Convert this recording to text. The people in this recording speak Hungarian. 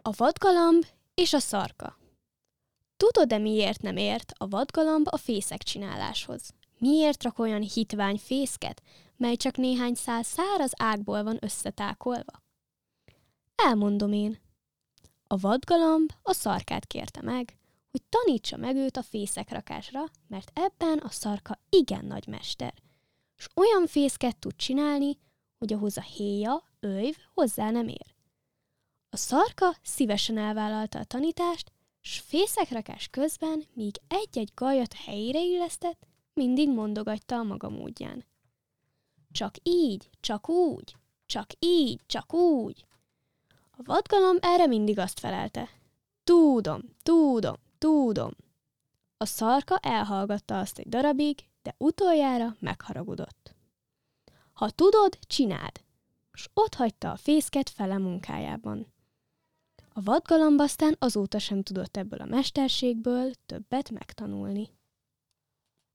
A vadgalamb és a szarka. Tudod-e, miért nem ért a vadgalamb a fészek csináláshoz? Miért rak olyan hitvány fészket, mely csak néhány szál száraz ágból van összetákolva? Elmondom én. A vadgalamb a szarkát kérte meg, hogy tanítsa meg őt a fészekrakásra, mert ebben a szarka igen nagy mester, s olyan fészket tud csinálni, hogy ahhoz a héja, öjv hozzá nem ér. A szarka szívesen elvállalta a tanítást, s fészekrakás közben, míg egy-egy gajat helyére illesztett, mindig mondogatta a maga módján. Csak így, csak úgy, csak így, csak úgy. A vadgalamb erre mindig azt felelte. Tudom, tudom, tudom. A szarka elhallgatta azt egy darabig, de utoljára megharagudott. Ha tudod, csináld, s otthagyta a fészket fele munkájában. A vadgalamb aztán azóta sem tudott ebből a mesterségből többet megtanulni.